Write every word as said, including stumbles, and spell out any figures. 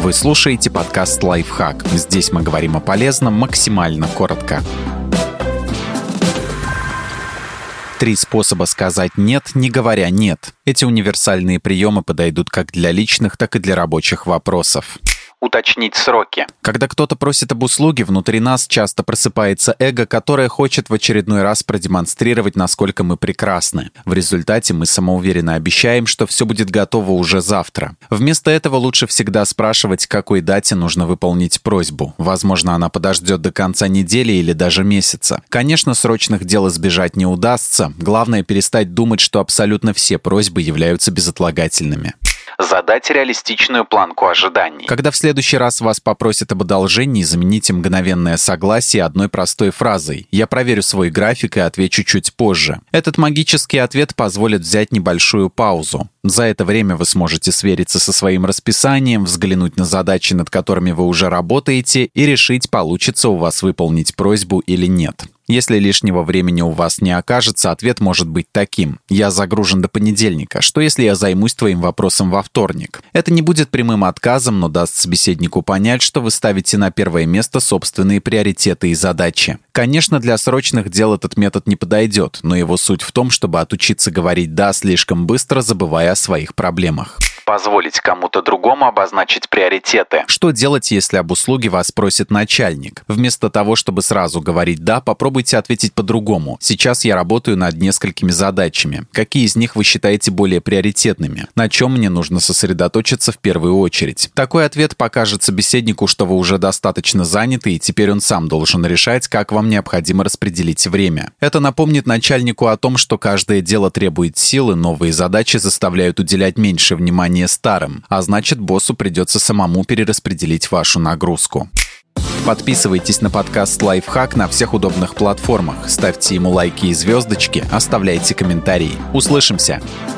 Вы слушаете подкаст «Лайфхак». Здесь мы говорим о полезном максимально коротко. Три способа сказать «нет», не говоря «нет». Эти универсальные приемы подойдут как для личных, так и для рабочих вопросов. Уточнить сроки. Когда кто-то просит об услуге, внутри нас часто просыпается эго, которое хочет в очередной раз продемонстрировать, насколько мы прекрасны. В результате мы самоуверенно обещаем, что все будет готово уже завтра. Вместо этого лучше всегда спрашивать, к какой дате нужно выполнить просьбу. Возможно, она подождет до конца недели или даже месяца. Конечно, срочных дел избежать не удастся. Главное перестать думать, что абсолютно все просьбы являются безотлагательными. Задать реалистичную планку ожиданий. Когда в следующий раз вас попросят об одолжении, замените мгновенное согласие одной простой фразой «Я проверю свой график и отвечу чуть позже». Этот магический ответ позволит взять небольшую паузу. За это время вы сможете свериться со своим расписанием, взглянуть на задачи, над которыми вы уже работаете, и решить, получится у вас выполнить просьбу или нет. Если лишнего времени у вас не окажется, ответ может быть таким: «Я загружен до понедельника. Что, если я займусь твоим вопросом во вторник?» Это не будет прямым отказом, но даст собеседнику понять, что вы ставите на первое место собственные приоритеты и задачи. Конечно, для срочных дел этот метод не подойдет, но его суть в том, чтобы отучиться говорить «да» слишком быстро, забывая о своих проблемах. Позволить кому-то другому обозначить приоритеты. Что делать, если об услуге вас просит начальник? Вместо того, чтобы сразу говорить «да», попробуйте ответить по-другому. Сейчас я работаю над несколькими задачами. Какие из них вы считаете более приоритетными? На чем мне нужно сосредоточиться в первую очередь? Такой ответ покажет собеседнику, что вы уже достаточно заняты, и теперь он сам должен решать, как вам необходимо распределить время. Это напомнит начальнику о том, что каждое дело требует силы, новые задачи заставляют уделять меньше внимания старым, а значит, боссу придется самому перераспределить вашу нагрузку. Подписывайтесь на подкаст «Лайфхак» на всех удобных платформах, ставьте ему лайки и звездочки, оставляйте комментарии. Услышимся!